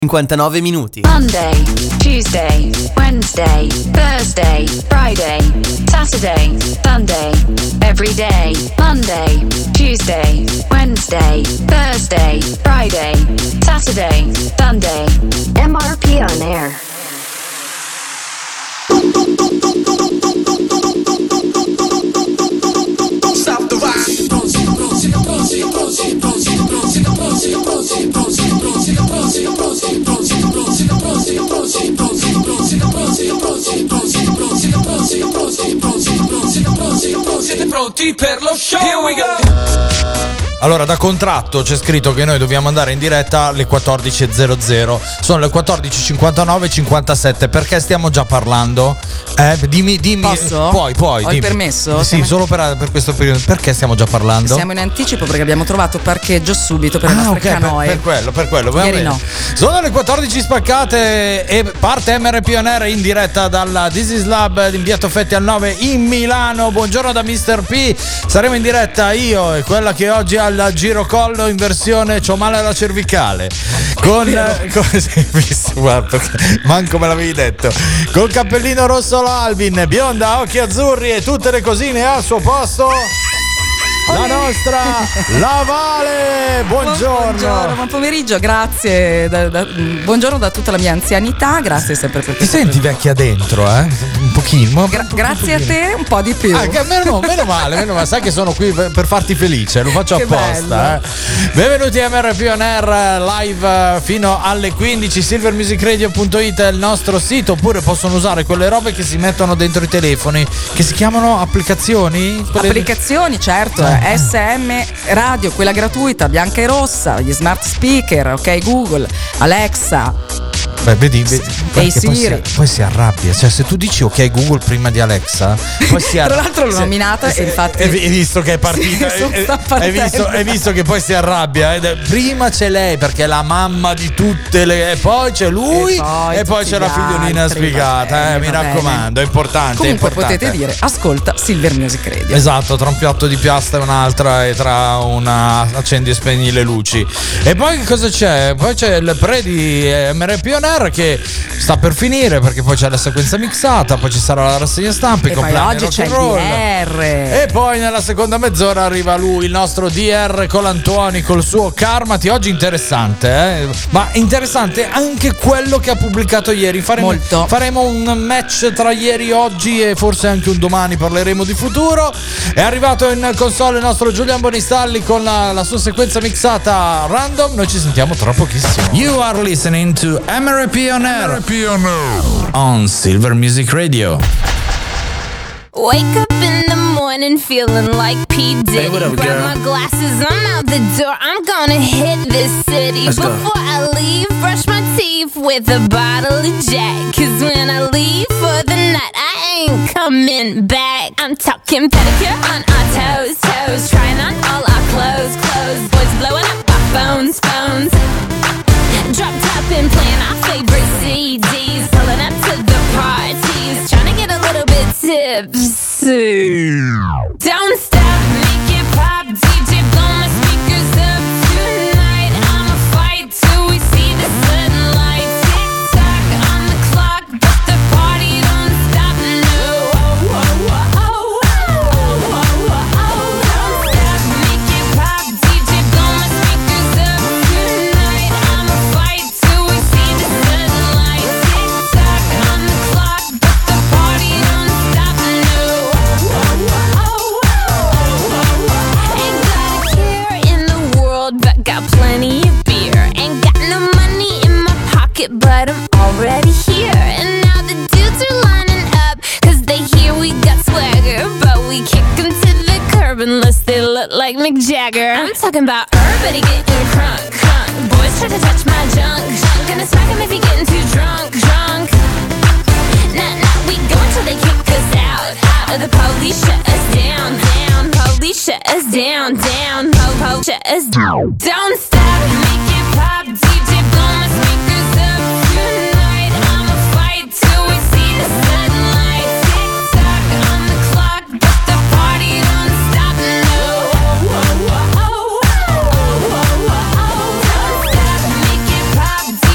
59 minuti. Monday, Tuesday, Wednesday, Thursday, Friday, Saturday, Sunday, every day. Monday, Tuesday, Wednesday, Thursday, Friday, Saturday, Sunday. MRP on air. Stop the rock. Siete pronti per lo show? Here we go. Allora, da contratto c'è scritto che noi dobbiamo andare in diretta alle 14.00. Sono le 14.59 57. Perché stiamo già parlando? Dimmi. Posso? Puoi. Ho dimmi. il permesso? Sì, solo per questo periodo. Perché stiamo già parlando? Siamo in anticipo perché abbiamo trovato parcheggio subito per le nostre canoe. Per quello. Va Ieri bene. no. Sono le 14 spaccate e parte MRP On Air in diretta dalla This Is Lab in via Toffetti al 9 in Milano. Buongiorno da Mr. P. Saremo in diretta io e quella che oggi ha il girocollo in versione c'ho male alla cervicale con sì, visto, guarda, manco me l'avevi detto, col cappellino rosso l'Alvin, bionda, occhi azzurri e tutte le cosine al suo posto. La nostra La Vale, buongiorno. Buon pomeriggio, grazie. Buongiorno da tutta la mia anzianità, grazie sempre per Ti senti vecchia dentro, un pochino. Grazie a te, un po' di più. Meno male, sai che sono qui per farti felice, lo faccio che apposta. Benvenuti a MRP On Air live fino alle 15. silvermusicradio.it è il nostro sito, oppure possono usare quelle robe che si mettono dentro i telefoni, che si chiamano applicazioni? Applicazioni, certo. SM Radio, quella gratuita, bianca e rossa, gli smart speaker, ok Google, Alexa. Beh, vedi Hey Siri. Poi si arrabbia, cioè se tu dici ok Google prima di Alexa, poi si arrabbia. Tra l'altro l'ho nominata e infatti hai visto che è partita, hai visto che poi si arrabbia, prima c'è lei perché è la mamma di tutte le, e poi c'è lui e poi c'è la figliolina sfigata, mi raccomando, è importante. Comunque è importante. potete dire ascolta Silver Music Radio. Esatto, tra un piatto di piasta e un'altra, e tra una accendi e spegni le luci. E poi che cosa c'è? Poi c'è il pre di MRP On Air che sta per finire, perché poi c'è la sequenza mixata, poi ci sarà la rassegna stampa, e poi oggi c'è il DR, e poi nella seconda mezz'ora arriva lui, il nostro DR Colantuoni col suo Karmati. Oggi interessante, ma interessante anche quello che ha pubblicato ieri. Faremo un match tra ieri e oggi, e forse anche un domani parleremo di futuro. È arrivato in console il nostro Giulian Bonistalli con la sua sequenza mixata random. Noi ci sentiamo tra pochissimo. You are listening to MRP On Air on Silver Music Radio. Wake up in the morning feeling like P. Diddy. Hey, what up, grab girl? my glasses, I'm out the door. I'm gonna hit this city. Let's go. Before I leave, brush my teeth with a bottle of Jack. 'Cause when I leave for the night, I ain't coming back. I'm talking pedicure on our toes, toes. Trying on all our clothes, clothes. Boys blowing up our phones, phones. Drop top and playing our favorite CDs. Pulling up to the parties, trying to get a little bit tipsy. Don't stop, make it pop, DJ blow my speakers up tonight. I'ma fight till we see the sunlight. Tick tock on the clock, but the party don't stop, no. Don't stop, make it pop, DJ blow my speakers up tonight. I'ma fight till we see the sunlight. Tick tock on the clock, but the party don't stop, no. Ain't got a care in the world, but got plenty of beer. Ain't got no money in my pocket, but I'm already here. And now the dudes are lining up, 'cause they hear we got swagger. But we kick them to the curb unless they look like Mick Jagger. I'm talking about everybody getting crunk, crunk. Boys try to touch my junk, junk. Gonna smack him if he getting too drunk, drunk. Nah, we go until they kick us out, out. The police shut us down, down. Police shut us down, down. Po, shut us down. Don't stop, make it pop, DJ blow my speakers up tonight. I'ma fight till we see the sunlight. Tick tock on the clock, but the party don't stop, no. Don't stop, make it pop.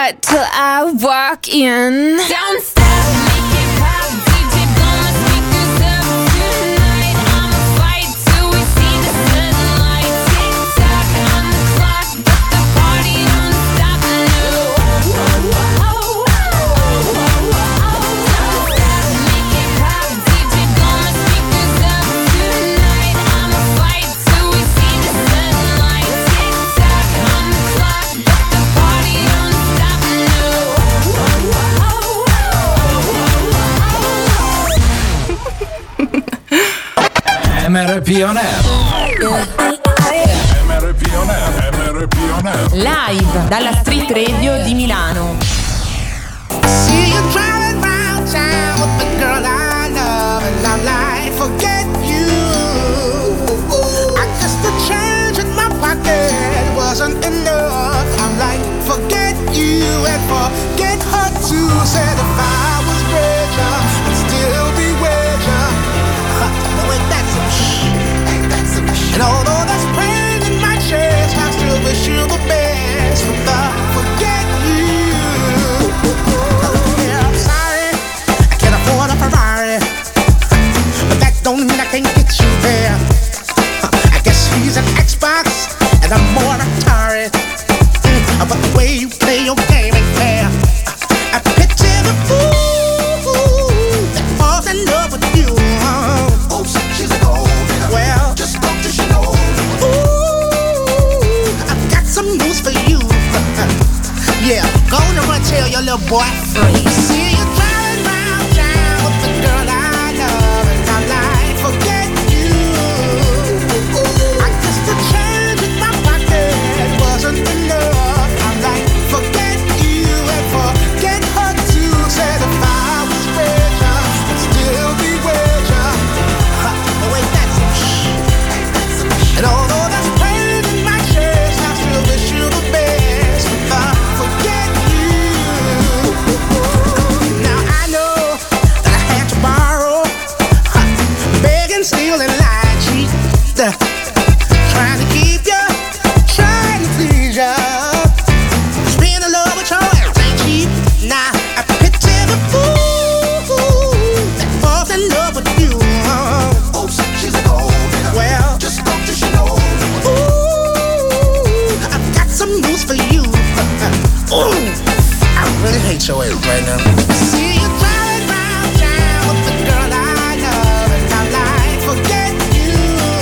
sweat till I walk in. Don't stop, make it pop, DJ blow my speakers up tonight. I'ma fight till we see the sunlight. Tick tock on the clock, but the party don't stop. No. Don't stop, make it pop, DJ blow my speakers up tonight. I'ma fight till we see the sunlight. Tick tock on the clock, but the party don't stop. MRP On Air. MRP On Air. Live dalla Street Radio di Milano. See you driving round town with the girl I love, and I'm like, forget you. I guess the change in my pocket wasn't enough. I'm like, forget you and forget her too. Said if I was richer, I'd still be richer. No, ain't that some shit? Ain't that some shit? And although there's pain in my chest, I still wish you the best. But forget you. Yeah, I'm sorry, I can't afford a Ferrari, but that don't mean I can't get you there. I guess he's an Xbox and I'm more Atari. But the way you play your game ain't fair. I picture the fool that falls in love with you. Oh, she's a gold digger. Well, just don't you know. Ooh, I've got some news for you. Yeah, go on and run tell your little boy free. See you driving round town with the girl I love, and I'm like, forget you. I guess the change in my pocket wasn't enough. I'm like, forget you and forget her too. Said if I was richer, I'd still be richer. Oh, ain't that some shit? And although there's pain in my chest, I still wish you the best. But forget you. Now I know that I had to borrow, beg and steal and lie, cheat, trying to keep you, trying to please you. Just being in love with your ass ain't cheap. Now I picture the fool that falls in love with you. Oh, she's a gold digger. Well, just don't you know. Ooh, I've got some news for you. Ooh, I really hate your ass right now. See you driving round town with the girl I love, and I'm like, forget you.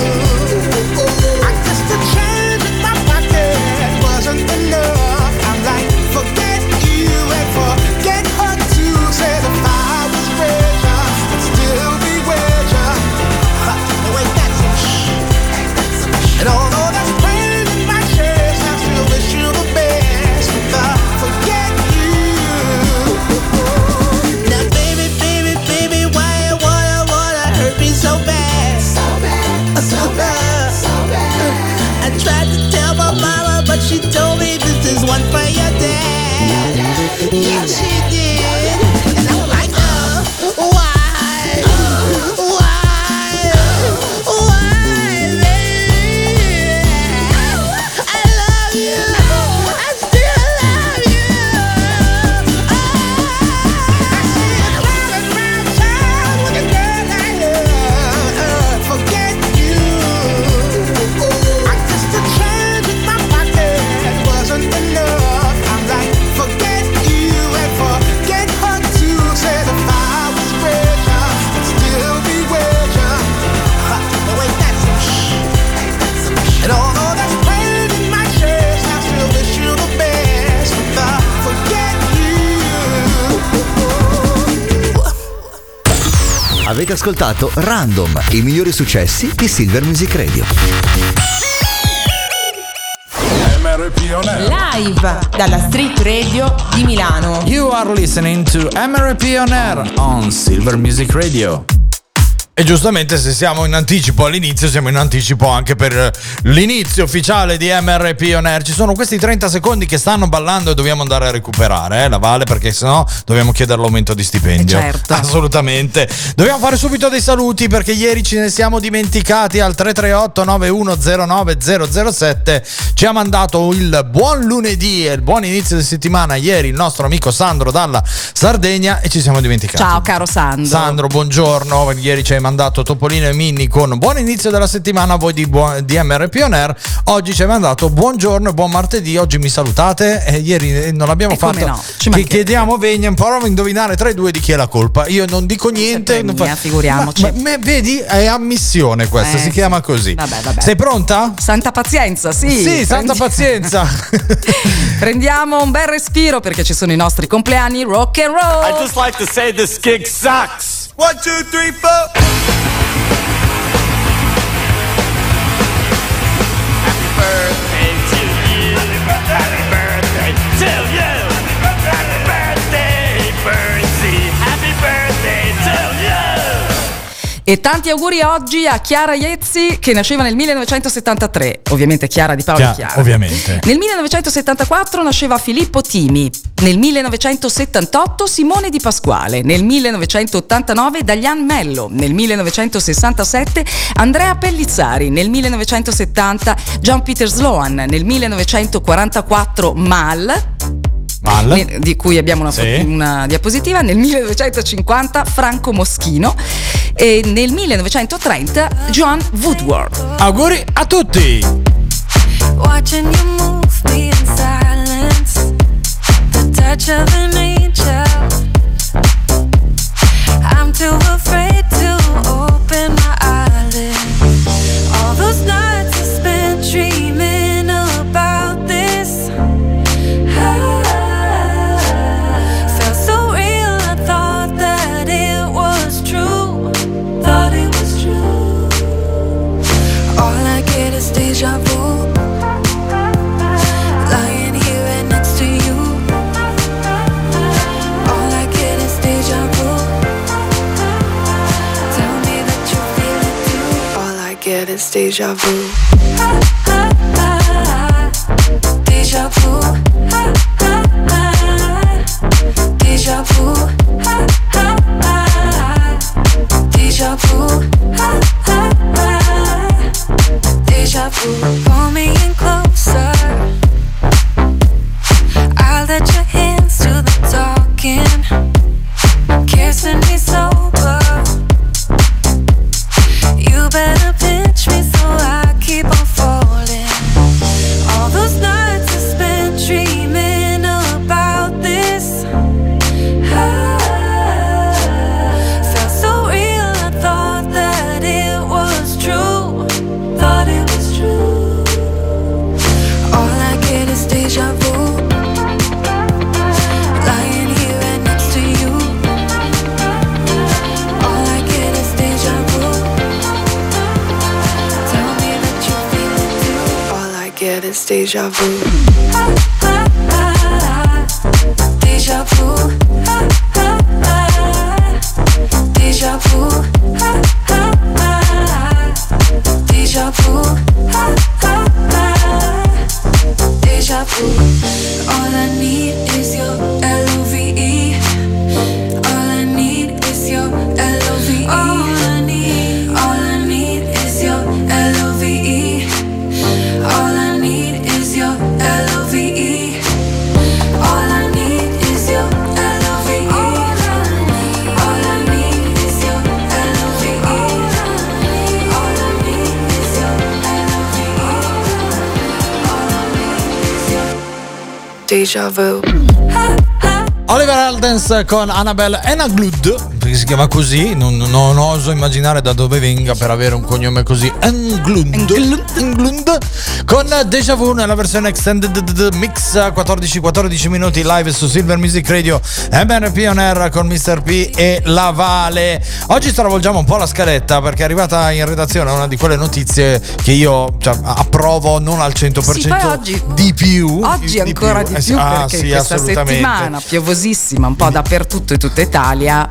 I guess the change in my pocket wasn't enough. I'm like, forget you and forget her too. Said if I was richer, I'd still be richer. Oh, ain't that some shit? And although there's pain in my chest, I still wish you the best. But forget you. Now, baby, baby, baby, why you wanna hurt me so bad? So bad, so bad, so bad. I tried to tell my mama, but she told me this is one for your dad. Yeah, she did. And I'm like, why? Why, baby? I love you. I still love you. I see you driving round town with a girl I love. Forget you. I guess the change in my pocket wasn't enough. I'm like, forget you and forget her too. Said if I was richer, I'd still be richer. Oh, ain't that some shit? And although there's pain in my chest, I still wish you the best. But forget you. Avete ascoltato Random, i migliori successi di Silver Music Radio. MRP On Air. Live dalla Street Radio di Milano. You are listening to MRP On Air on Silver Music Radio. E giustamente se siamo in anticipo all'inizio, siamo in anticipo anche per l'inizio ufficiale di MRP On Air. Ci sono questi 30 secondi che stanno ballando e dobbiamo andare a recuperare la Vale, perché sennò dobbiamo chiedere l'aumento di stipendio. Certo. Assolutamente. Dobbiamo fare subito dei saluti perché ieri ce ne siamo dimenticati. Al 338 9109 007 ci ha mandato il buon lunedì e il buon inizio di settimana ieri il nostro amico Sandro dalla Sardegna e ci siamo dimenticati. Ciao caro Sandro. Sandro, buongiorno. Ieri ci hai mandato Topolino e Minni con buon inizio della settimana a voi di MRP On Air. Oggi ci hai mandato buongiorno e buon martedì. Oggi mi salutate e ieri non l'abbiamo fatto. No, chiediamo Vegna, proviamo a indovinare tra i due di chi è la colpa. Io non dico niente. Figuriamoci. Ma vedi, è ammissione questa, si chiama così. Vabbè. Sei pronta? Santa pazienza, sì. Sì, santa pazienza. Prendiamo un bel respiro perché ci sono i nostri compleanni rock and roll. I just like to say this gig sucks. 1, 2, 3, 4. Happy birthday to you. Happy birthday to you. Happy birthday, Bertie. Happy birthday to you. E tanti auguri oggi a Chiara Iezzi che nasceva nel 1973. Ovviamente Chiara di Paolo e Chiara. Ovviamente. Nel 1974 nasceva Filippo Timi. Nel 1978 Simone Di Pasquale. Nel 1989 Dalian Mello. Nel 1967 Andrea Pellizzari. Nel 1970 John Peter Sloan. Nel 1944 Mal, di cui abbiamo una diapositiva. Nel 1950 Franco Moschino e nel 1930 Joan Woodward. Auguri a tutti. Watching you move me in silence, the touch of an angel. I'm too afraid to open my eyelids. All those nights I spent dreaming about this. Felt so real, I thought that it was true. Thought it was true. All I get is deja vu. Lying here right next to you. All I get is deja vu. Tell me that you feel it too. All I get is deja vu. Deja vu. Deja vu. Deja vu. Deja vu. Pull me in closer. I'll let your hands do the talking. Kissing me sober. You better pinch me so I keep on falling. All those nights I spent dreaming about this. Felt so real, I thought that it was true. Thought it was true. All I get is deja vu. Lying here right next to you. All I get is deja vu. Tell me that you feel it too. All I get is deja vu. Deja vu. Deja vu. Deja vu. Deja vu. All I need is your L-O-V-E. All I need is your L-O-V-E. All I need is your L-O-V-E. All I need is your L-O-V-E. All I need is your L-O-V-E. All I need is your L-O-V-E. All I need is your L-O-V-E. All I need is your Deja vu. Oliver Heldens con Annabelle Englund, perché si chiama così, non oso immaginare da dove venga per avere un cognome così. Englund con Deja Vu nella versione extended mix 14 minuti live su Silver Music Radio MRP On Air con Mr. P e la Vale. Oggi stravolgiamo un po' la scaletta perché è arrivata in redazione una di quelle notizie che io approvo non al 100%, sì, poi oggi, di più. Oggi ancora di più perché sì, questa settimana piovosissima un po' dappertutto in tutta Italia.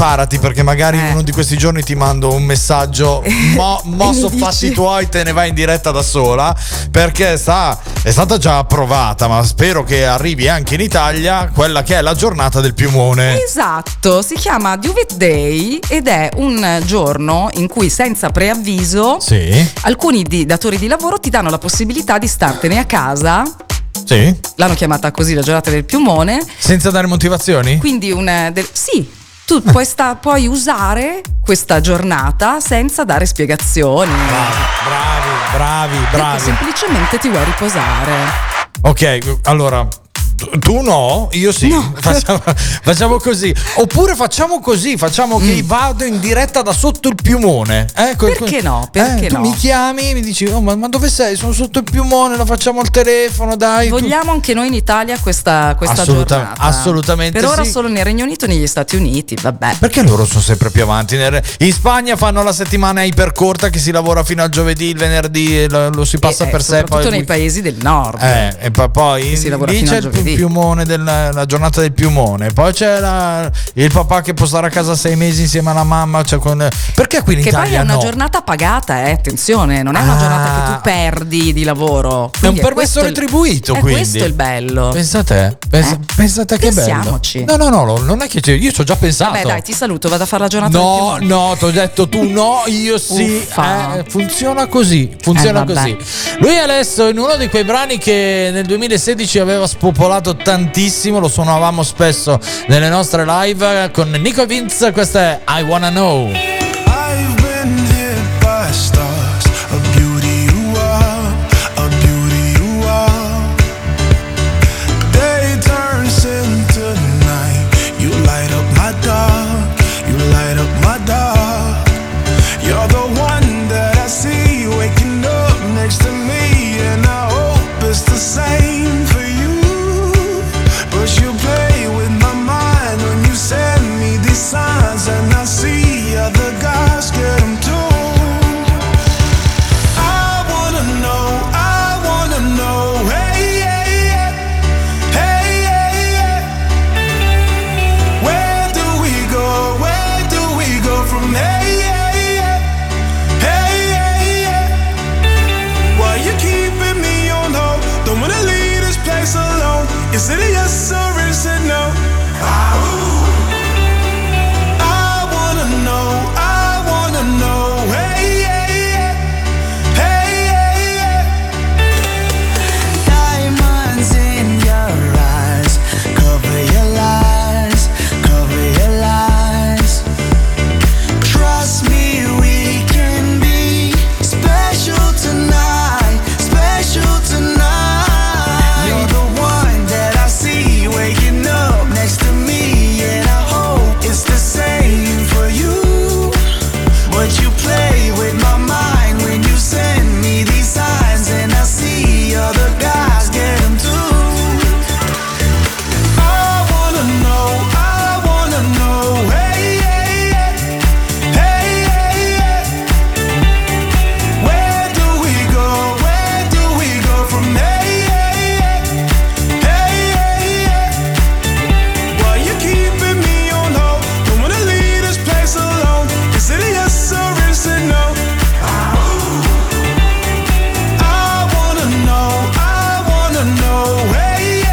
preparati, perché magari uno di questi giorni ti mando un messaggio mosso fatti tuoi, te ne vai in diretta da sola, perché è stata già approvata, ma spero che arrivi anche in Italia quella che è la giornata del piumone. Esatto, si chiama Duvet Day ed è un giorno in cui senza preavviso alcuni datori di lavoro ti danno la possibilità di startene a casa. Sì. L'hanno chiamata così la giornata del piumone. Senza dare motivazioni? Quindi tu puoi usare questa giornata senza dare spiegazioni. Bravi. Perché semplicemente ti vuoi riposare. Ok, allora tu no, io sì. No. Facciamo così. Oppure facciamo che vado in diretta da sotto il piumone. Perché no? Tu mi chiami, mi dici: oh, ma dove sei? Sono sotto il piumone, lo facciamo al telefono, dai. Vogliamo anche noi in Italia questa giornata. Assolutamente. Per ora solo nel Regno Unito e negli Stati Uniti, vabbè. Perché loro sono sempre più avanti. In Spagna fanno la settimana ipercorta, che si lavora fino al giovedì, il venerdì lo si passa per sé. Soprattutto nei paesi del nord. E poi si lavora fino al giovedì. Piumone la giornata del piumone, poi c'è il papà che può stare a casa 6 mesi insieme alla mamma, perché qui in Italia poi è una giornata pagata, attenzione, non è una giornata che tu perdi di lavoro. Quindi è un permesso retribuito, quindi questo è il bello. Pensate che Pensiamoci. bello. No, non è che io ci ho già pensato. Vabbè, dai, ti saluto, vado a fare la giornata del piumone. No, ti ho detto tu no, io sì. Funziona così. Lui adesso in uno di quei brani che nel 2016 aveva spopolato tantissimo, lo suonavamo spesso nelle nostre live con Nico Vince. Questa è I Wanna Know. I've been hit by stars, a beauty you are. Day turns into night, you light up my dark, You're the one that I see waking up next to me, and I hope it's the same for you. But you play with my mind when you send me these signs, and I see other guys get them too. I wanna know, hey, where do we go from here? Why you keeping me on hold? Don't wanna leave this place alone. Is it a yes or is it no? I wanna know, hey, diamonds in your eyes, cover your lies. Trust me, we can be special tonight. You're the one that I see waking up next to me, and I hope it's the same for you. But you play with my mind when you send me these signs, and I see other guys get them too. I wanna know, hey, where do we go from here? Why you keeping me on hold? Don't wanna leave this place alone. Is it a yes or is it no? I wanna know, hey,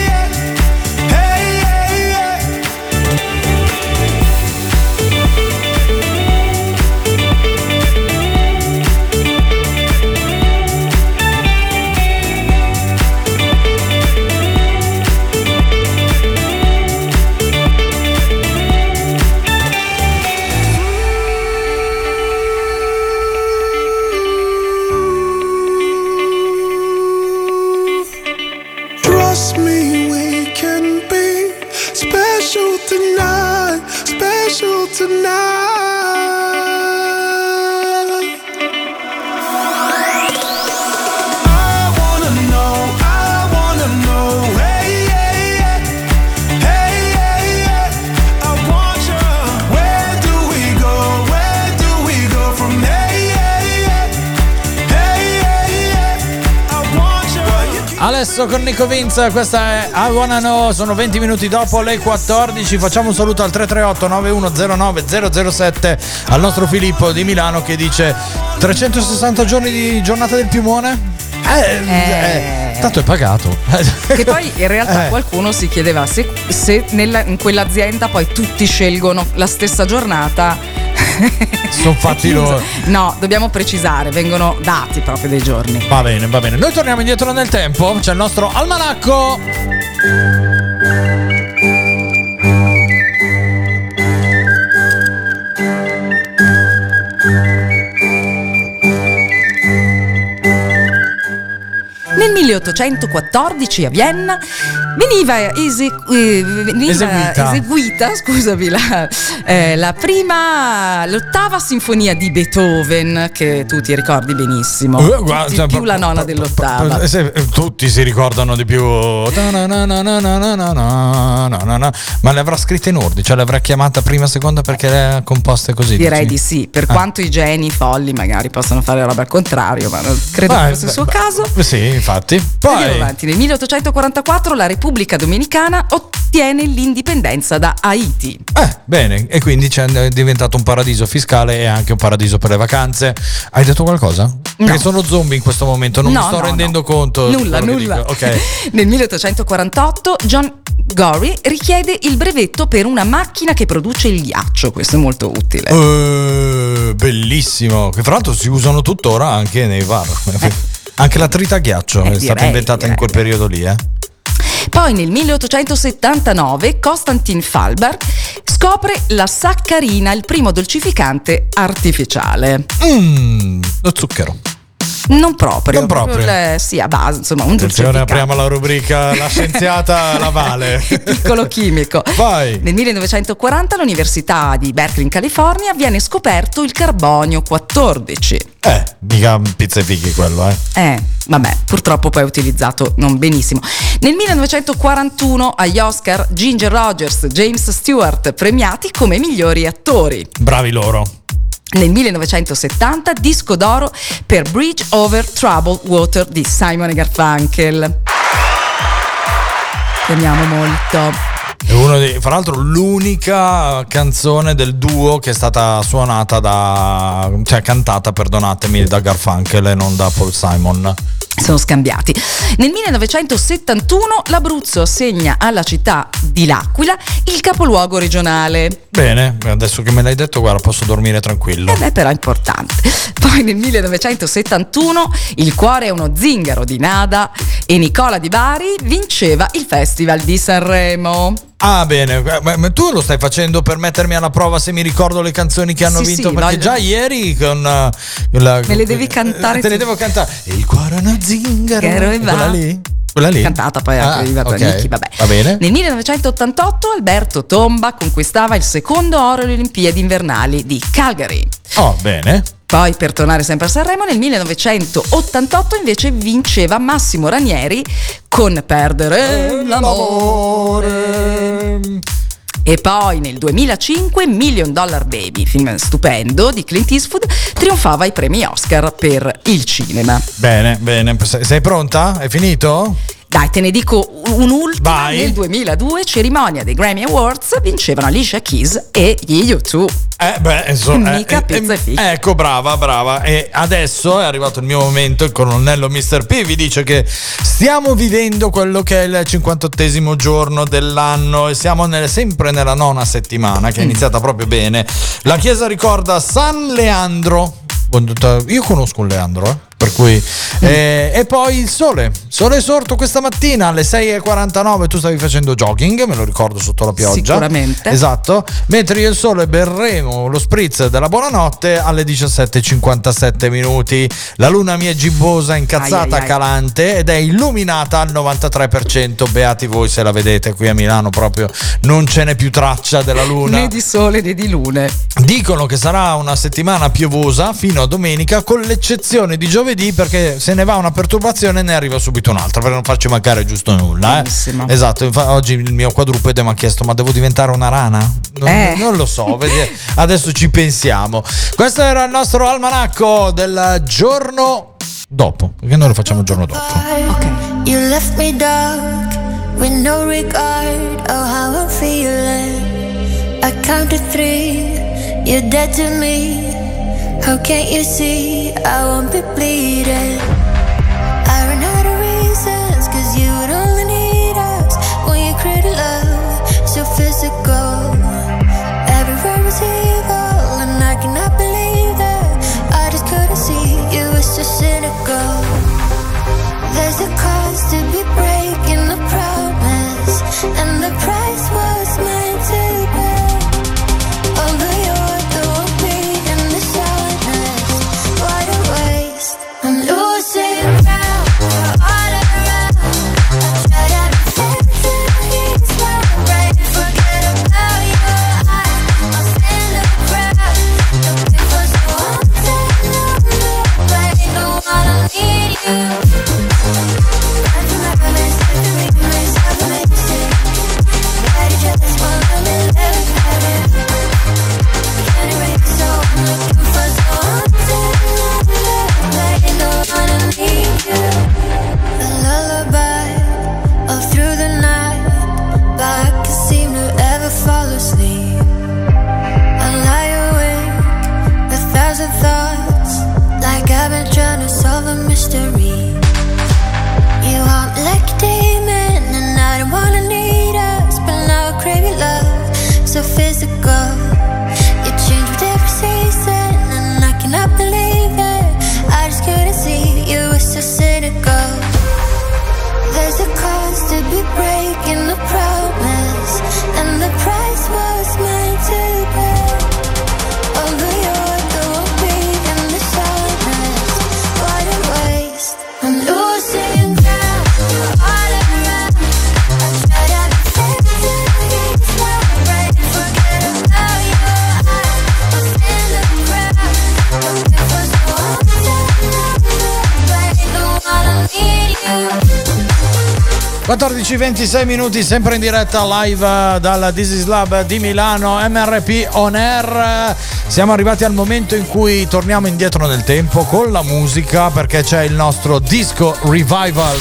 trust me, we can be special tonight. I wanna know, hey, I want you. Where do we go from here? I want you. Basso con Nico Vince, questa è I Wanna Know, sono 20 minuti dopo le 14, facciamo un saluto al 338 9109 007 al nostro Filippo di Milano che dice 360 giorni di giornata del piumone? Tanto è pagato. Che poi in realtà qualcuno si chiedeva se in quell'azienda poi tutti scelgono la stessa giornata. Sono fatti loro. No, dobbiamo precisare, vengono dati proprio dei giorni. Va bene, va bene. Noi torniamo indietro nel tempo, c'è il nostro almanacco. Nel 1814 a Vienna veniva eseguita, scusami, l'ottava sinfonia di Beethoven, che tu ti ricordi benissimo. Più la nona dell'ottava. Tutti si ricordano di più. Ma le avrà scritte in ordine, cioè le avrà chiamata prima, seconda, perché le ha composte così? Direi di sì, per quanto i geni folli magari possono fare roba al contrario, ma non credo che fosse il suo caso. Sì, infatti. Poi andiamo avanti. Nel 1844 la Repubblica Dominicana ottiene l'indipendenza da Haiti. Bene, e quindi è diventato un paradiso fiscale e anche un paradiso per le vacanze. Hai detto qualcosa? No. Perché sono zombie in questo momento, non mi sto rendendo conto. Nulla. Okay. Nel 1848 John Gorey richiede il brevetto per una macchina che produce il ghiaccio. Questo è molto utile. Bellissimo, che fra l'altro si usano tuttora anche nei bar. Anche la trita a ghiaccio è stata inventata in quel periodo lì. Poi nel 1879 Konstantin Fahlberg scopre la saccarina, il primo dolcificante artificiale. Lo zucchero. Non proprio. Sì, a base, insomma, un dolcificante. dolcificante. Apriamo la rubrica La scienziata la Vale. Piccolo chimico. Vai. Nel 1940 all'Università di Berkeley in California viene scoperto il carbonio 14. Mica pizza e fichi quello, Vabbè, purtroppo poi è utilizzato non benissimo. Nel 1941 agli Oscar Ginger Rogers, James Stewart premiati come migliori attori. Bravi loro. Nel 1970 disco d'oro per Bridge Over Troubled Water di Simon & Garfunkel. Teniamo molto. È fra l'altro l'unica canzone del duo che è stata suonata cantata, perdonatemi, da Garfunkel e non da Paul Simon. Sono scambiati. Nel 1971 l'Abruzzo assegna alla città di L'Aquila il capoluogo regionale. Bene, adesso che me l'hai detto, guarda, posso dormire tranquillo. Però è importante. Poi nel 1971 Il cuore è uno zingaro di Nada e Nicola Di Bari vinceva il Festival di Sanremo. Bene, ma tu lo stai facendo per mettermi alla prova se mi ricordo le canzoni che hanno vinto? Perché voglio... già ieri con me le devi cantare. Te le devo cantare. Il cuore è uno zingaro. Quella lì? Cantata poi anche da Nicky, vabbè. Va bene. Nel 1988 Alberto Tomba conquistava il secondo oro alle Olimpiadi invernali di Calgary. Bene. Poi, per tornare sempre a Sanremo, nel 1988 invece vinceva Massimo Ranieri con Perdere l'amore. E poi nel 2005 $1 Million Baby, film stupendo di Clint Eastwood, trionfava ai premi Oscar per il cinema. Bene, sei pronta? È finito? Dai, te ne dico un'ultima. Vai. Nel 2002, cerimonia dei Grammy Awards, vincevano Alicia Keys e gli U2. Mica pizza e fichi. Ecco, brava. E adesso è arrivato il mio momento. Il colonnello Mr. P vi dice che stiamo vivendo quello che è il 58esimo giorno dell'anno e siamo sempre nella nona settimana, che è iniziata proprio bene. La chiesa ricorda San Leandro. Io conosco un Leandro, per cui e poi il sole è sorto questa mattina alle 6:49. Tu stavi facendo jogging, me lo ricordo, sotto la pioggia, sicuramente, esatto, mentre io e il sole berremo lo spritz della buonanotte alle 17:57 minuti. La luna mi è gibbosa, incazzata, calante ed è illuminata al 93%. Beati voi se la vedete. Qui a Milano proprio non ce n'è più traccia della luna, né di sole né di lune. Dicono che sarà una settimana piovosa fino a domenica, con l'eccezione di giovedì, perché se ne va una perturbazione ne arriva subito un'altra, per non farci mancare giusto nulla. Esatto, oggi il mio quadrupede mi ha chiesto: ma devo diventare una rana? Non lo so, adesso ci pensiamo. Questo era il nostro almanacco del giorno dopo, perché noi lo facciamo il giorno dopo. Ok. You left me dark with no regard. Oh, how I'm feeling. I count to 3, you're dead to me. How can't you see I won't be bleeding? I run out of reasons, cause you would only need us when you create love so physical. Everywhere was evil and I cannot believe that. I just couldn't see you were so cynical. There's a cost to be breaking the promise, and the price was meant to pay. Oh, but you're the one beating the sadness. What a waste. I'm losing ground. You're all around. I try to defend the heat, my brain. Forget about your eyes. Lost in the crowd. Looking for someone to know. I don't wanna need you. Thoughts like I've been trying to solve a mystery. You haunt me like a demon, and I don't wanna need us, but now I crave your love, so physical. You change with every season, and I cannot believe it. I just couldn't see you were so cynical. There's a cost to be breaking the promise, and the price was meant to pay. Oh, but you're the one beating the sadness. What a waste. I'm losing ground. You're all around. I try to defend the heat, my brain. Forget about your eyes. Lost in the crowd. Looking for someone to know. I don't wanna need you. 14:26 minuti, sempre in diretta live dalla This Is Lab di Milano, MRP On Air. Siamo arrivati al momento in cui torniamo indietro nel tempo con la musica, perché c'è il nostro disco Revival.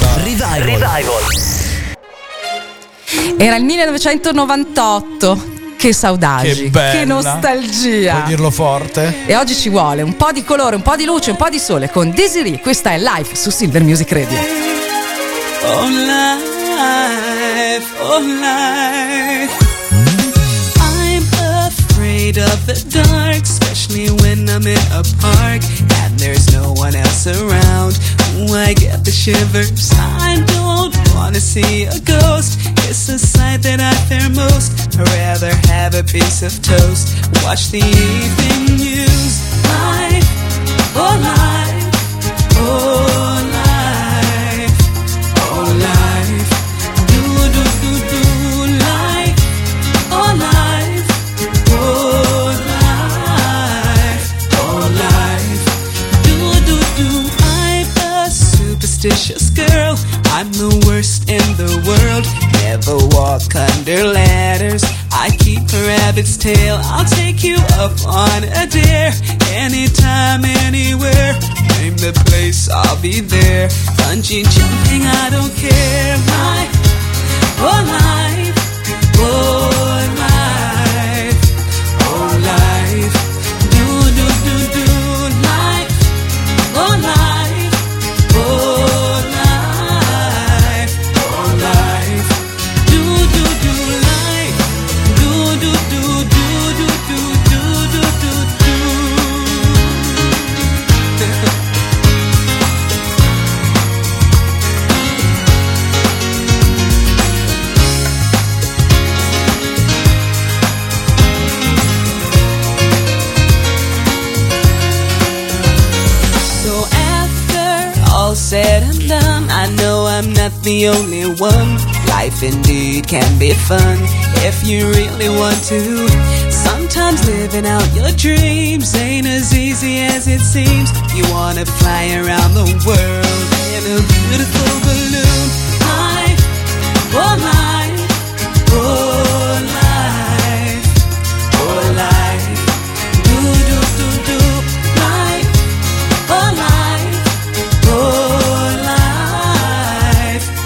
Era il 1998. Che saudagi, Che bella. che nostalgia. Puoi dirlo forte? E oggi ci vuole un po' di colore, un po' di luce, un po' di sole con Desiree. Questa è live su Silver Music Radio. Oh life, oh life. I'm afraid of the dark, especially when I'm in a park and there's no one else around. Ooh, I get the shivers. I don't wanna see a ghost. It's a sight that I fear most. I'd rather have a piece of toast. Watch the evening news. Life, oh life, oh life. Oh life, do do do do life, oh life, oh life, oh life, do do do. I'm a superstitious girl, I'm the worst in the world. Never walk under ladders, I keep a rabbit's tail. I'll take you up on a dare, anytime, anywhere. Name the place, I'll be there. Bungee jumping, I don't care. My whole life, oh life, oh life. Do do do do life, oh life, oh life, oh life. Do do do life, do do do do do do do do do. Said and done, I know I'm not the only one. Life indeed can be fun if you really want to. Sometimes living out your dreams ain't as easy as it seems. You wanna fly around the world in a beautiful balloon. Life, oh life, oh life, oh life. Do do do do life, oh life, oh life.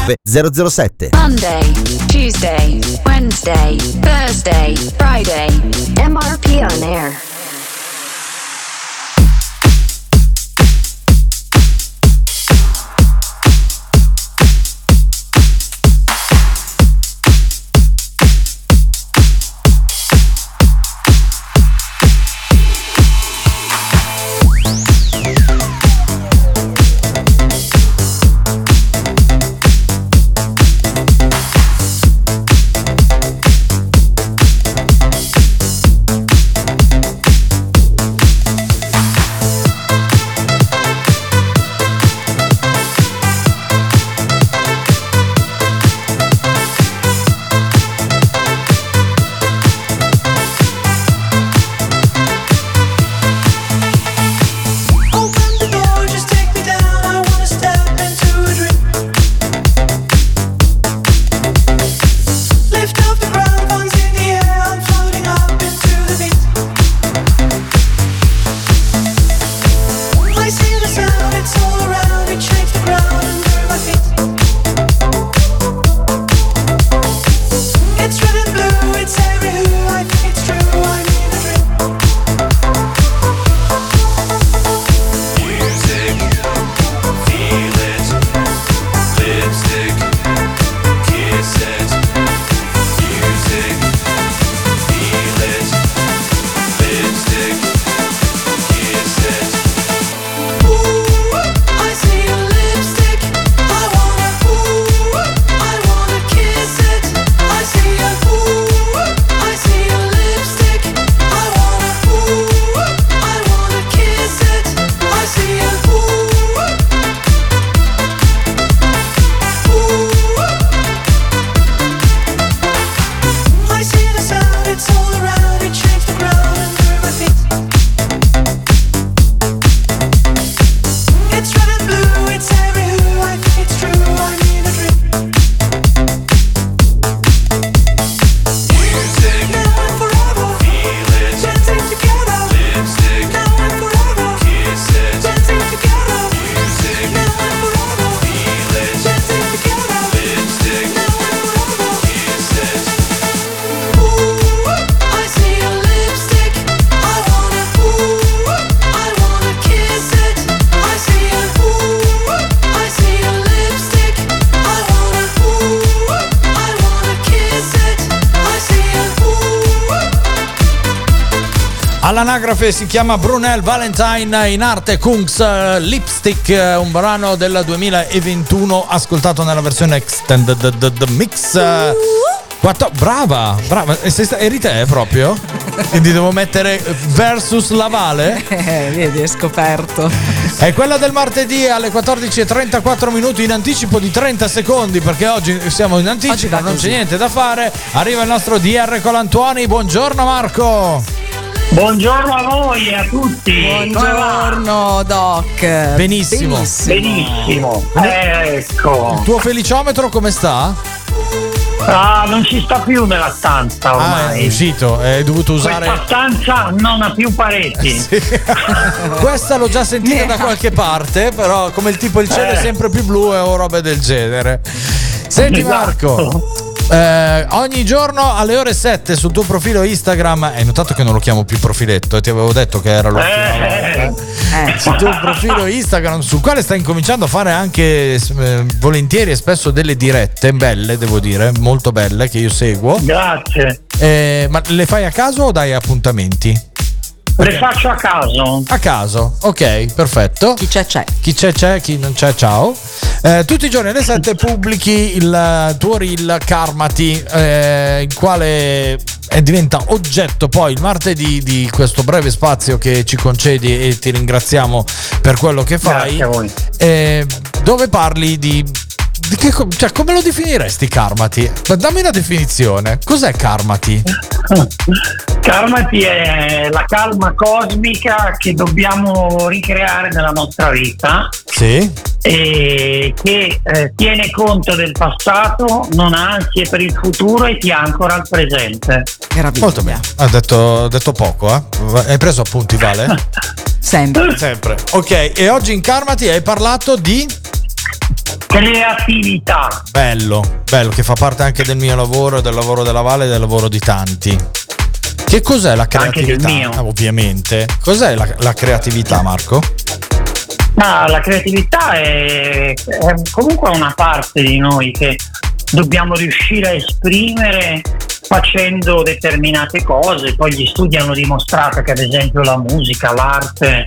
007. Monday, Tuesday, Wednesday, Thursday, Friday. MRP on air. All'anagrafe si chiama Brunel Valentine, in arte Kungs Lipstick, un brano del 2021 ascoltato nella versione Extended Mix. Brava, eri te proprio? Quindi devo mettere versus la Vale? Vedi, è scoperto. È quella del martedì alle 14:34 in anticipo di 30 secondi, perché oggi siamo in anticipo, non c'è niente da fare. Arriva il nostro DR Colantuoni. Buongiorno Marco. Buongiorno a voi e a tutti. Buongiorno Doc. Benissimo. Ecco. Il tuo feliciometro come sta? Non ci sta più nella stanza ormai. È uscito, hai dovuto usare. Questa stanza non ha più pareti. Sì. Questa l'ho già sentita da qualche parte, però come il cielo è sempre più blu o robe del genere. Senti Marco, ogni giorno alle ore 7 sul tuo profilo Instagram, hai notato che non lo chiamo più profiletto e ti avevo detto che era l'ultima volta. Sul tuo profilo Instagram, sul quale stai incominciando a fare anche volentieri e spesso delle dirette belle, devo dire, molto belle, che io seguo. Grazie. Ma le fai a caso o dai appuntamenti? Le faccio a caso. A caso, ok, perfetto. Chi c'è, chi non c'è, ciao. Tutti i giorni alle 7 pubblichi il tuo reel Karmati, il quale diventa oggetto poi il martedì di questo breve spazio che ci concedi e ti ringraziamo per quello che fai. Grazie a voi. Dove parli di cioè, come lo definiresti Karmati? Dammi una definizione. Cos'è Karmati? Karmati è la calma cosmica che dobbiamo ricreare nella nostra vita. Sì. E che tiene conto del passato, non ha ansie per il futuro e ti ancora al presente. Molto bene. Ha detto poco, eh? Hai preso appunti, Vale? Sempre. Ok, e oggi in Karmati hai parlato di Creatività. Bello, che fa parte anche del mio lavoro, del lavoro della Valle e del lavoro di tanti. Che cos'è la creatività? Anche del mio. Ovviamente. Cos'è la creatività, Marco? Ma la creatività è comunque una parte di noi che dobbiamo riuscire a esprimere facendo determinate cose. Poi gli studi hanno dimostrato che ad esempio la musica, l'arte,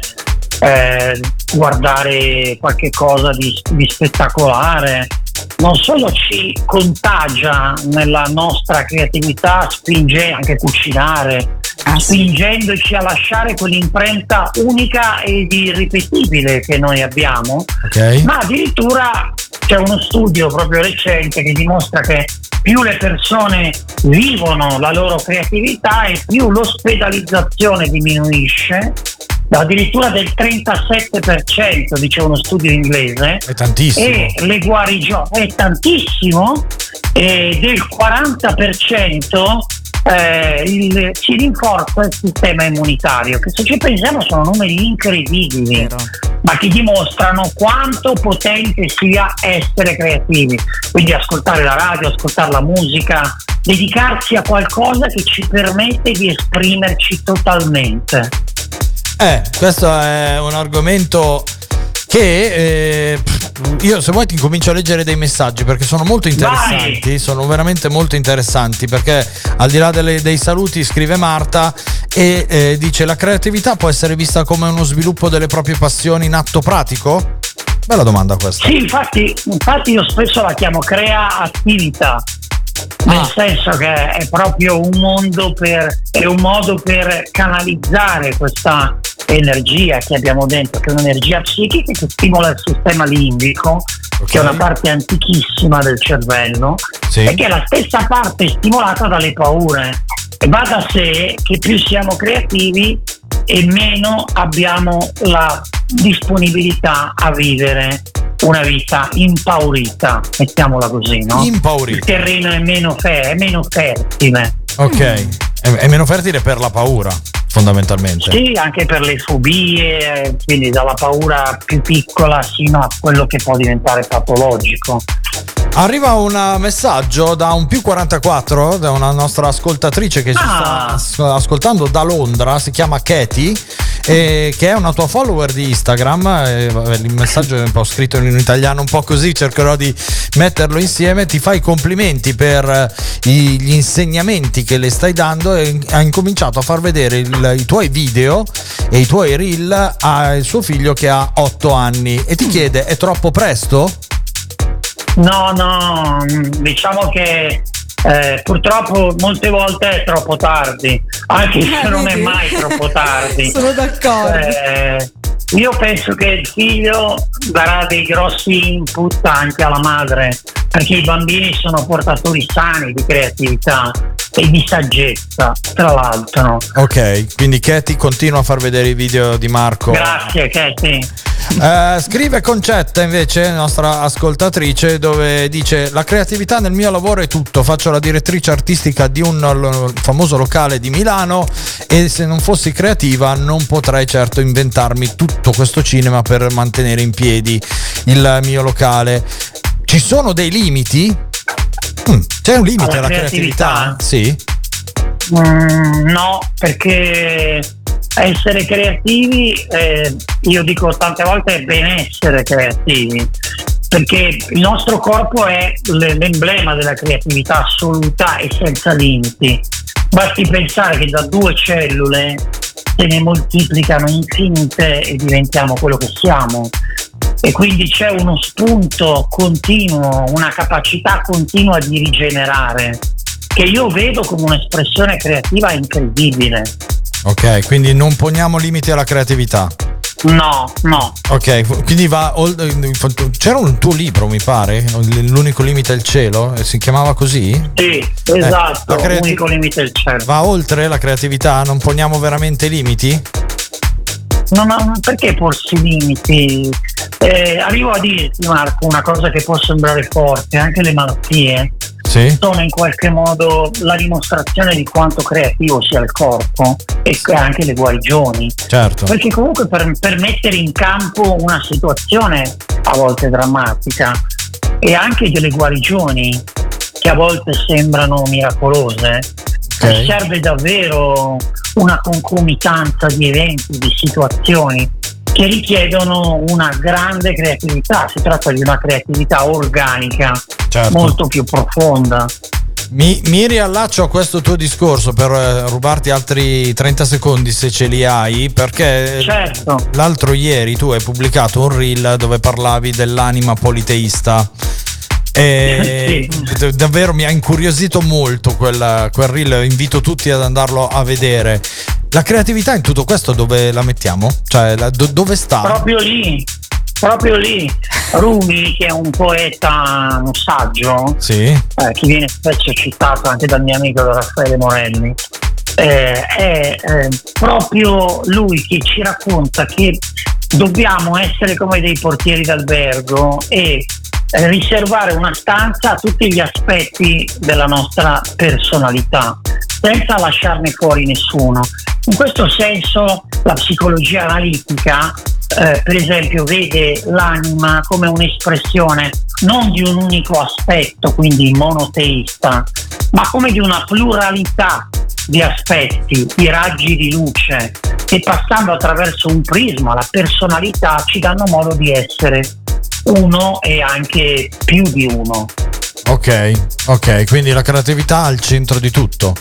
guardare qualche cosa di spettacolare non solo ci contagia nella nostra creatività, spinge anche cucinare, spingendoci a lasciare quell'impronta unica ed irripetibile che noi abbiamo. Ma addirittura c'è uno studio proprio recente che dimostra che più le persone vivono la loro creatività e più l'ospedalizzazione diminuisce, addirittura del 37%, dice uno studio inglese. È tantissimo. E le guarigioni è tantissimo, e del 40% si rinforza il sistema immunitario, che se ci pensiamo sono numeri incredibili, ma che dimostrano quanto potente sia essere creativi. Quindi ascoltare la radio, ascoltare la musica, dedicarsi a qualcosa che ci permette di esprimerci totalmente. Questo è un argomento che io, se vuoi, ti incomincio a leggere dei messaggi, perché sono molto interessanti. Sono veramente molto interessanti, perché al di là dei saluti scrive Marta e dice: la creatività può essere vista come uno sviluppo delle proprie passioni in atto pratico? Bella domanda questa. Sì, infatti io spesso la chiamo creatività, nel senso che è proprio un modo per canalizzare questa energia che abbiamo dentro, che è un'energia psichica che stimola il sistema limbico, che è una parte antichissima del cervello, e che è la stessa parte stimolata dalle paure. E va da sé che più siamo creativi e meno abbiamo la disponibilità a vivere una vita impaurita, mettiamola così, no? Impaurita. Il terreno è meno fertile. Ok, è meno fertile per la paura, fondamentalmente. Sì, anche per le fobie, quindi dalla paura più piccola sino a quello che può diventare patologico. Arriva un messaggio da un +44, da una nostra ascoltatrice che ci sta ascoltando da Londra, si chiama Katie, che è una tua follower di Instagram. Il messaggio è un po' scritto in italiano, un po' così, cercherò di metterlo insieme. Ti fai complimenti per gli insegnamenti che le stai dando e ha incominciato a far vedere i tuoi video e i tuoi reel al suo figlio che ha 8 anni e ti chiede: è troppo presto? No, diciamo che purtroppo molte volte è troppo tardi, anche se non è mai troppo tardi. Sono d'accordo. Io penso che il figlio darà dei grossi input anche alla madre, perché i bambini sono portatori sani di creatività e di saggezza, tra l'altro. Ok, quindi Katie continua a far vedere i video di Marco. Grazie Katie. Scrive Concetta invece, nostra ascoltatrice, dove dice: la creatività nel mio lavoro è tutto, faccio la direttrice artistica di un famoso locale di Milano e se non fossi creativa non potrei certo inventarmi tutto questo cinema per mantenere in piedi il mio locale. Ci sono dei limiti? C'è un limite alla creatività? Sì? No, perché essere creativi, io dico tante volte, è bene essere creativi, perché il nostro corpo è l'emblema della creatività assoluta e senza limiti. Basti pensare che da 2 cellule se ne moltiplicano infinite e diventiamo quello che siamo, e quindi c'è uno spunto continuo, una capacità continua di rigenerare che io vedo come un'espressione creativa incredibile. Ok, quindi non poniamo limiti alla creatività. No. Ok, quindi c'era un tuo libro, mi pare, L'unico limite è il cielo, si chiamava così? Sì, esatto, l'unico limite è il cielo. Va oltre la creatività? Non poniamo veramente limiti? No, perché porsi limiti? Arrivo a dirti, Marco, una cosa che può sembrare forte: anche le malattie sono in qualche modo la dimostrazione di quanto creativo sia il corpo, e anche le guarigioni. Certo. Perché comunque per mettere in campo una situazione a volte drammatica e anche delle guarigioni che a volte sembrano miracolose. Serve davvero una concomitanza di eventi, di situazioni che richiedono una grande creatività. Si tratta di una creatività organica, molto più profonda. Mi riallaccio a questo tuo discorso per rubarti altri 30 secondi se ce li hai, perché l'altro ieri tu hai pubblicato un reel dove parlavi dell'anima politeista. E davvero mi ha incuriosito molto quel reel, invito tutti ad andarlo a vedere. La creatività in tutto questo dove la mettiamo? Cioè dove sta? Proprio lì. Rumi, che è un poeta, un saggio, che viene spesso citato anche dal mio amico Raffaele Morelli, è proprio lui che ci racconta che dobbiamo essere come dei portieri d'albergo e riservare una stanza a tutti gli aspetti della nostra personalità, senza lasciarne fuori nessuno. In questo senso la psicologia analitica per esempio vede l'anima come un'espressione non di un unico aspetto, quindi monoteista, ma come di una pluralità di aspetti, di raggi di luce che, passando attraverso un prisma, la personalità, ci danno modo di essere uno e anche più di uno. Ok, quindi la creatività al centro di tutto.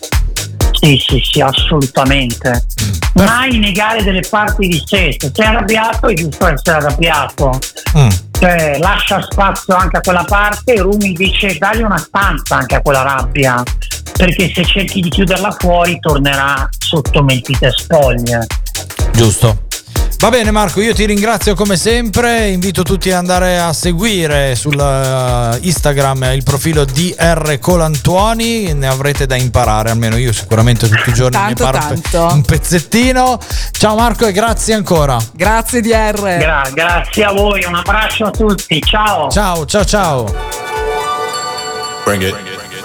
Sì, assolutamente. Mai negare delle parti di sé. Se sei arrabbiato è giusto essere arrabbiato. Cioè, lascia spazio anche a quella parte. Rumi dice dagli una stanza anche a quella rabbia, perché se cerchi di chiuderla fuori tornerà sotto mentite spoglie. Giusto. Va bene Marco, io ti ringrazio come sempre, invito tutti ad andare a seguire sul Instagram il profilo DR Colantuoni, ne avrete da imparare, almeno io sicuramente tutti i giorni ne parlo un pezzettino. Ciao Marco e grazie ancora. Grazie DR. Grazie a voi, un abbraccio a tutti, ciao. Ciao. Bring it.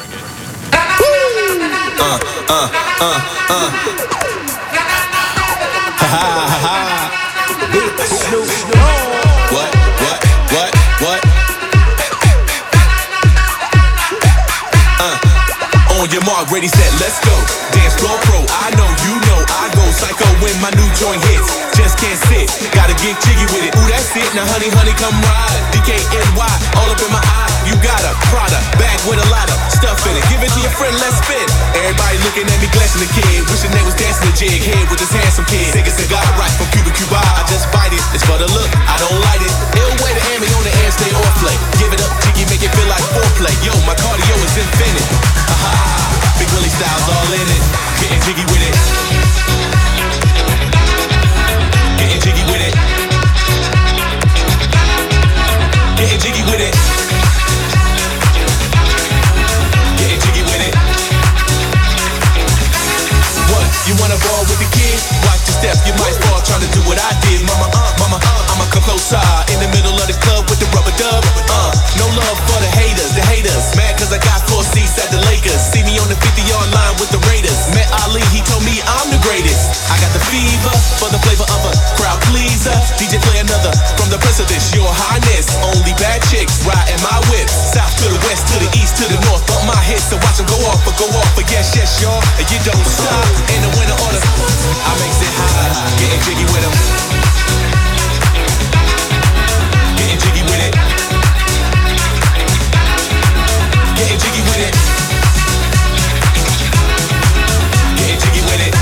What? On your mark, ready, set, let's go. Dance floor pro, I know, you know, I go psycho when my new joint hits. Just can't sit, gotta get jiggy with it. Ooh, that's it, now honey, come ride. DKNY, all up in my eye. You got a Prada bag with a lot of stuff in it. Give it to your friend, let's spin. Everybody looking at me, glancing the kid. Wishing they was dancing the jig. Head with this handsome kid. Take a cigar right from Cuba Cuba. I just bite it. It's for the look, I don't light it. Ill way to hand me on the air, stay on play. Give it up, jiggy, make it feel like foreplay. Yo, my cardio is infinite. Aha, Big Willie style's all in it. Getting jiggy with it. Getting jiggy with it. Getting jiggy with it. Getting jiggy with it. What? You wanna ball with the kid? Watch your steps, you might fall trying to do what I did. Mama, I'ma come closer. In the middle of the club with the rubber dub. No love for the haters. Mad cause I got 4 seats at the Lakers. See me on the 50-yard line with the Raiders. Met Ali, he told me I'm the greatest. I got the fever for the flavor of a crowd pleaser. DJ play another from the prince of this, your highness. Only bad chicks riding my whip. South to the west, to the east, to the north. Bump my hits, so watch them go off. But yes, y'all, and you don't stop. In the winter order, I makes it high. Getting jiggy with them. Getting jiggy with it. Getting jiggy with it. Getting jiggy with it.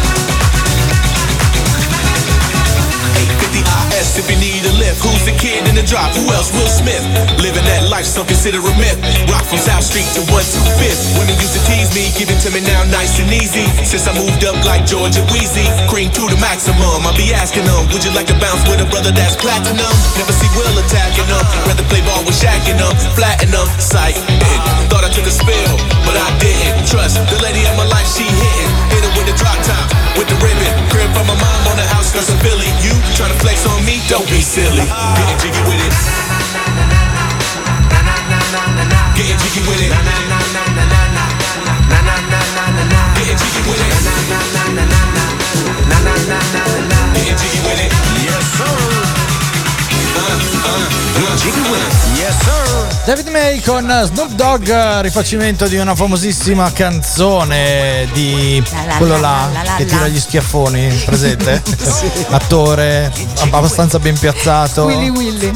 850 IS if you need a lift. Who's the kid in the drop? Who else? Will Smith. Living that life, so consider a myth. Rock from South Street to 125th. Women used to tease me, give it to me now nice and easy. Since I moved up like Georgia Wheezy, cream to the maximum. I'll be asking them, would you like to bounce with a brother that's platinum? Never see Will attacking them. Rather play ball with Shaq and them, flatten them. Sight. Thought I took a spill, but I didn't. Trust the lady of my life, she hitting. Hit her with the drop top, with the ribbon. Crib from my mom on the outskirts of Philly. You tryna flex on me? Don't be silly. Getting jiggy with it. Getting jiggy with it. Getting jiggy with it. Getting jiggy with it. Yes, sir. Jiggy Willis. Yes sir. David May con Snoop Dogg, rifacimento di una famosissima canzone di quello là che tira gli schiaffoni, presente? Sì. Attore abbastanza ben piazzato. Willy Willy.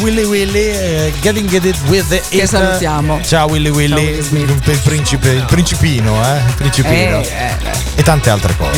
Getting It With It. Che salutiamo. Ciao Willy Willy, il principino. E tante altre cose.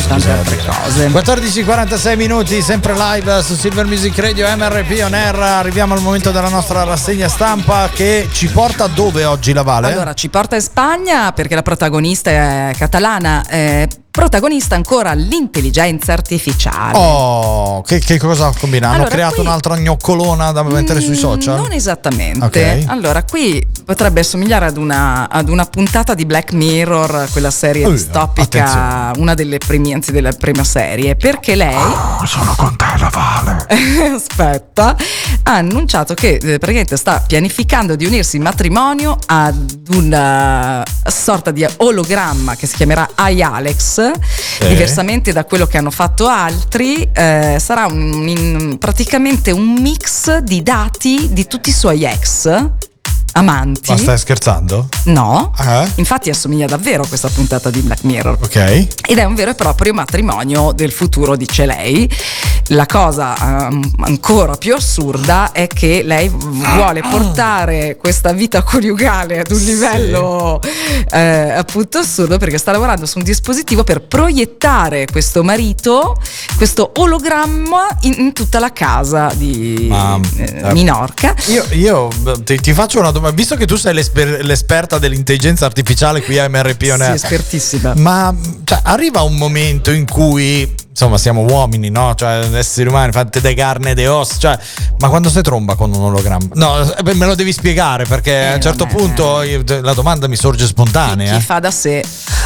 14:46 minuti, sempre live su Silver Music Radio MRP On Air. Arriviamo al momento della nostra rassegna stampa che ci porta dove oggi, la Vale? Allora, ci porta in Spagna perché la protagonista è catalana. Protagonista ancora l'intelligenza artificiale. Oh, che cosa combina? Hanno Allora, creato qui- un'altra gnoccolona da mettere sui social? Non esattamente. Ok. Allora, qui potrebbe somigliare ad una puntata di Black Mirror, quella serie distopica, attenzione. una delle primi, anzi della prima serie, perché lei Sono con te, la Vale. aspetta, ha annunciato che praticamente sta pianificando di unirsi in matrimonio ad una sorta di ologramma che si chiamerà iAlex. Diversamente da quello che hanno fatto altri, sarà praticamente un mix di dati di tutti i suoi ex amanti. Ma stai scherzando? No, infatti assomiglia davvero a questa puntata di Black Mirror. Ok. Ed è un vero e proprio matrimonio del futuro, dice lei. La cosa ancora più assurda è che lei vuole portare questa vita coniugale ad un livello appunto assurdo, perché sta lavorando su un dispositivo per proiettare questo marito, questo ologramma in tutta la casa di Minorca. Io ti faccio una domanda, visto che tu sei l'esperta dell'intelligenza artificiale qui a MRP On Air. Sì, espertissima. Ma cioè, arriva un momento in cui, insomma, siamo uomini, no? Cioè, esseri umani fatti di carne e di ossa. Cioè, ma quando si tromba con un ologramma? No, me lo devi spiegare, perché a un certo punto la domanda mi sorge spontanea. Chi fa da sé.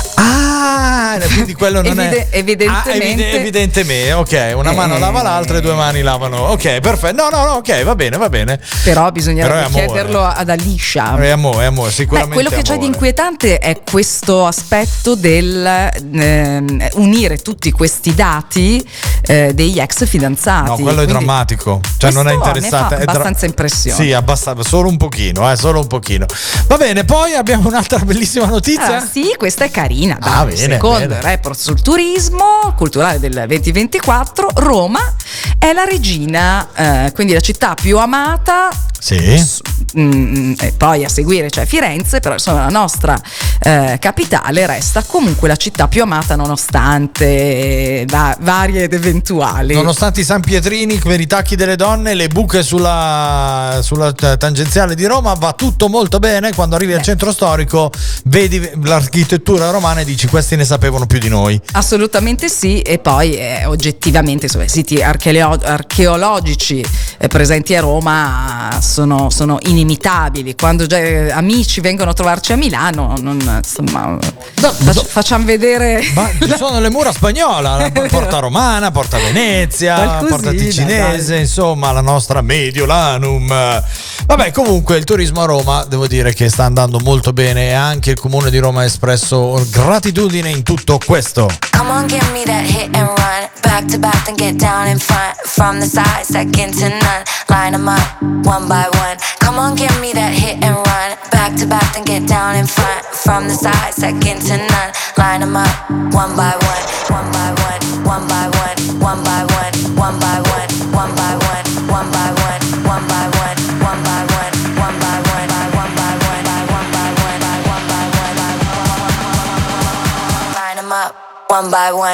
Ah, quindi quello non è evidentemente. Evidentemente, ok, una mano lava l'altra e due mani lavano. Ok, perfetto. No, ok, va bene. Però bisognerebbe Però è amore. chiederlo ad Alicia. È amore, sicuramente. Quello che c'è di amore. inquietante è questo aspetto del unire tutti questi dati degli ex fidanzati. No, quello è Quindi drammatico. Cioè, non è questo interessante. mi fa abbastanza impressione. Sì, abbastanza, solo un pochino. Va bene, poi abbiamo un'altra bellissima notizia. Sì, questa è carina. Ah, dai. bene, Secondo bene. il report sul turismo culturale del 2024, Roma è la regina, quindi la città più amata. Sì. E poi a seguire c'è Firenze, però insomma la nostra capitale resta comunque la città più amata nonostante varie ed eventuali. Nonostante i San Pietrini, per i tacchi delle donne, le buche sulla tangenziale di Roma, va tutto molto bene. Quando arrivi al centro storico vedi l'architettura romana e dici: questi ne sapevano più di noi. Assolutamente sì, e poi oggettivamente insomma, i siti archeologici presenti a Roma sono inimitabili. Quando già amici vengono a trovarci a Milano, facciamo vedere. Ma ci sono le mura spagnola, Porta Romana, Porta Venezia, Qualcosina, Porta Ticinese, dai. insomma la nostra Mediolanum. Vabbè, comunque il turismo a Roma devo dire che sta andando molto bene e anche il comune di Roma ha espresso gratitudine in tutto questo. Come on, give me that hit and run. Back to back, then get down in front. From the side, second to none. Line them up, one by one. Come on, give me that hit and run. Back to back, then get down in front. From the side, second to none. Line them up, one by one. One by one, one by one. One by one, one by one. One by one, one by one. One by one, one by one. One by one, one by one. One by one, one by one. Line them up, one by one.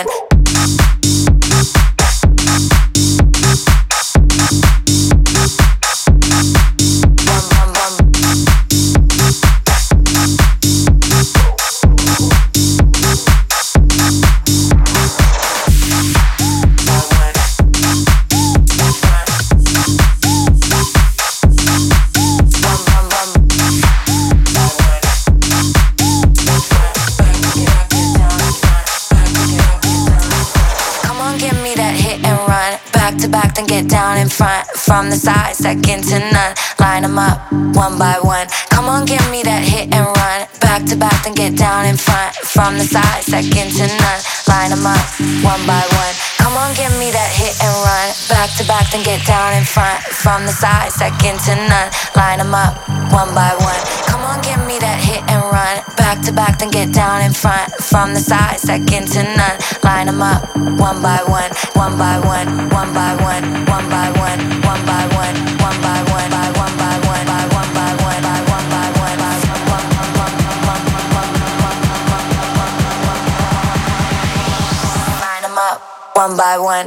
from the side, second to none. Line them up, one by one. Come on, give me that hit and run. Back to back, then get down in front. From the side, second to none. Line them up, one by one. Come on, give me that hit and run. Back to back, then get down in front. From the side, second to none. Line them up, one by one. Come on, give me that hit and run. Back to back, then get down in front. From the side, second to none. Line them up, one by one, one by one, one by one, one by one, one by one, one by one, by one by one, by one by one, by one by one, by line them up, one by one.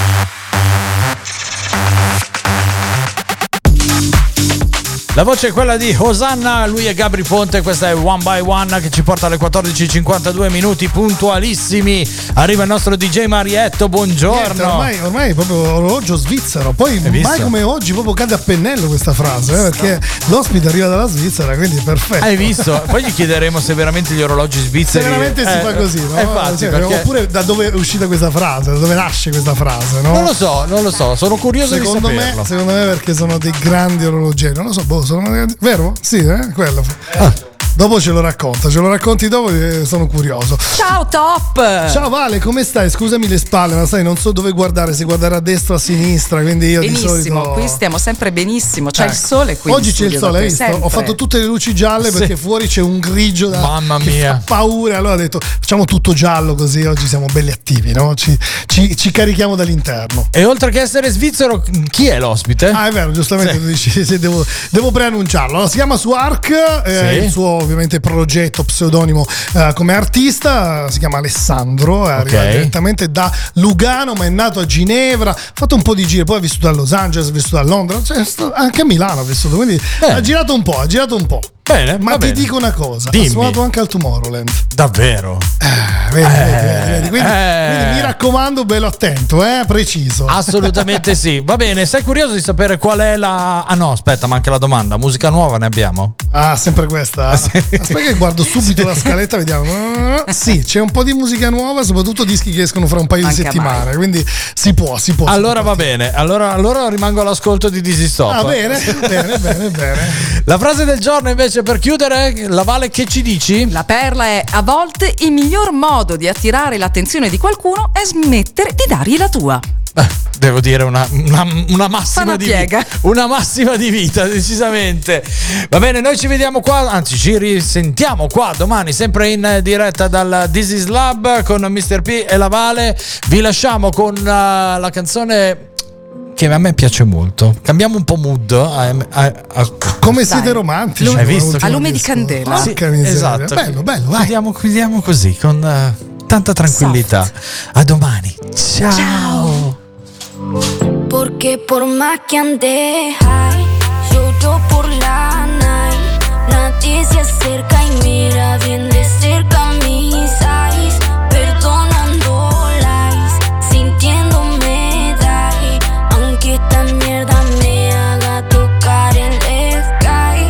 La voce è quella di Hosanna, lui è Gabri Ponte, questa è One by One che ci porta alle 14:52 minuti puntualissimi. Arriva il nostro DJ Marietto, buongiorno. Niente, ormai è proprio orologio svizzero, poi mai come oggi proprio cade a pennello questa frase, perché l'ospite arriva dalla Svizzera, quindi perfetto. Hai visto? Poi gli chiederemo se veramente gli orologi svizzeri se veramente si fa così, no? Infatti, perché... Oppure da dove è uscita questa frase, da dove nasce questa frase, no? Non lo so, sono curioso di saperlo. Secondo me perché sono dei grandi orologieri, non lo so, vero? Sì, quello. Dopo ce lo racconti dopo, sono curioso. Ciao Top! Ciao Vale, come stai? Scusami le spalle, ma sai, non so dove guardare, se guardare a destra o a sinistra, quindi io benissimo, di solito... qui stiamo sempre benissimo, c'è il sole qui. Oggi c'è il sole, hai visto? Ho fatto tutte le luci gialle perché fuori c'è un grigio mamma mia, che fa paura, allora ho detto facciamo tutto giallo così oggi siamo belli attivi, no? Ci carichiamo dall'interno. E oltre che essere svizzero, chi è l'ospite? Ah, è vero, giustamente tu dici, devo preannunciarlo. Allora, si chiama Swark, il suo ovviamente progetto pseudonimo come artista, si chiama Alessandro, arriva direttamente da Lugano ma è nato a Ginevra, ha fatto un po' di giri, poi ha vissuto a Los Angeles, ha vissuto a Londra, anche a Milano ha vissuto, quindi ha girato un po'. Bene, ma ti dico una cosa, dimmi. Ha suonato anche al Tomorrowland. Davvero? Vedi. Quindi mi raccomando, bello attento, preciso. Assolutamente sì. Va bene, sei curioso di sapere qual è la... Ah no, aspetta, manca la domanda. Musica nuova ne abbiamo? Ah, sempre questa? Aspetta che guardo subito la scaletta, vediamo. Sì, c'è un po' di musica nuova, soprattutto dischi che escono fra un paio anche di settimane, quindi si può. Allora va bene, allora rimango all'ascolto di Dizzy Stop. Ah, bene. La frase del giorno invece per chiudere, la Vale, che ci dici? La perla è: a volte il miglior modo di attirare l'attenzione di qualcuno è smettere di dargli la tua. Devo dire una massima di vita. Una massima di vita, decisamente. Va bene, noi ci vediamo qua, anzi ci risentiamo qua domani, sempre in diretta dal This Is Lab con Mr. P e la Vale. Vi lasciamo con la canzone che a me piace molto. Cambiamo un po' mood. Come siete romantici. Hai visto? A lume di candela. Sì, esatto. Bello, vai. Chiudiamo così, con tanta tranquillità. A domani. Ciao. Porque por más que ande high, lloro por la night. Nadie se acerca y mira bien de cerca mis eyes. Perdonando lies, sintiéndome die. Aunque esta mierda me haga tocar el sky.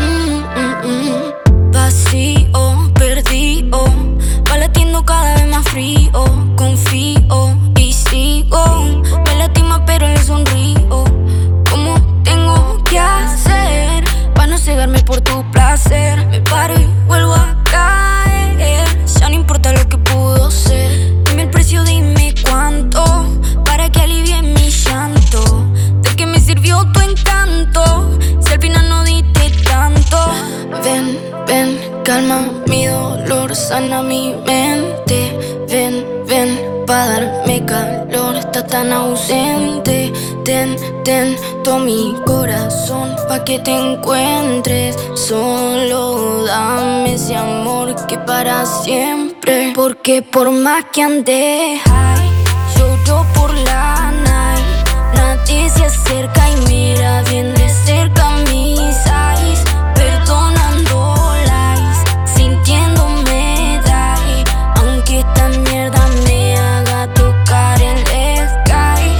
Vacío, perdido, va latiendo cada vez más frío. Confío y sigo. Me lastima pero le sonrío. ¿Cómo tengo que hacer para no cegarme por tu placer? Me paro y vuelvo a caer. Ya no importa lo que pudo ser. Dime el precio, dime cuánto, para que alivie mi llanto. ¿De qué me sirvió tu encanto si al final no diste tanto? Ven, calma mi dolor, sana mi mente. Ven, pa' darme calor, está tan ausente. Ten todo mi corazón pa' que te encuentres. Solo dame ese amor que para siempre. Porque por más que ande high, lloro por la night. Nadie se acerca y mira bien de cerca mis eyes. Perdonando lies, sintiéndome die. Aunque esta mierda me haga tocar el sky.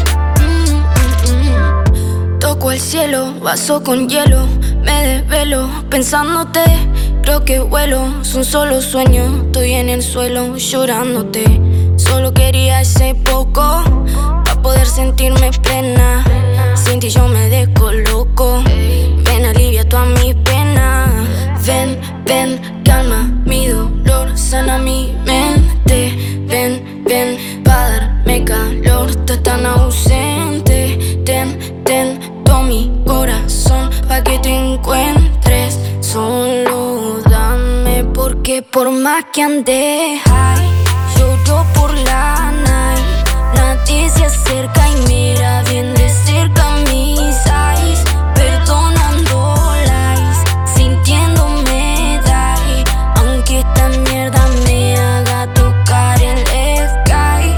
Toco el cielo, vaso con hielo. Me desvelo pensándote. Creo que vuelo, son solo sueños. Estoy en el suelo llorándote. Solo quería ese poco pa' poder sentirme plena. Sin ti yo me descoloco. Ven, alivia toda mi pena. Ven, ven, calma mi dolor, sana mi mente. Ven, ven, pa' darme calor, estás tan ausente. Ten, ten, todo mi corazón pa' que te encuentres. Solo dame, porque por más que ande high, lloro por la night. Nadie se acerca y mira bien de cerca mis eyes. Perdonando lies, sintiéndome die. Aunque esta mierda me haga tocar el sky.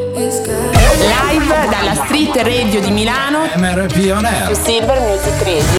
Live dalla Street Radio di Milano. MRP On Air. Su Silver Music Radio.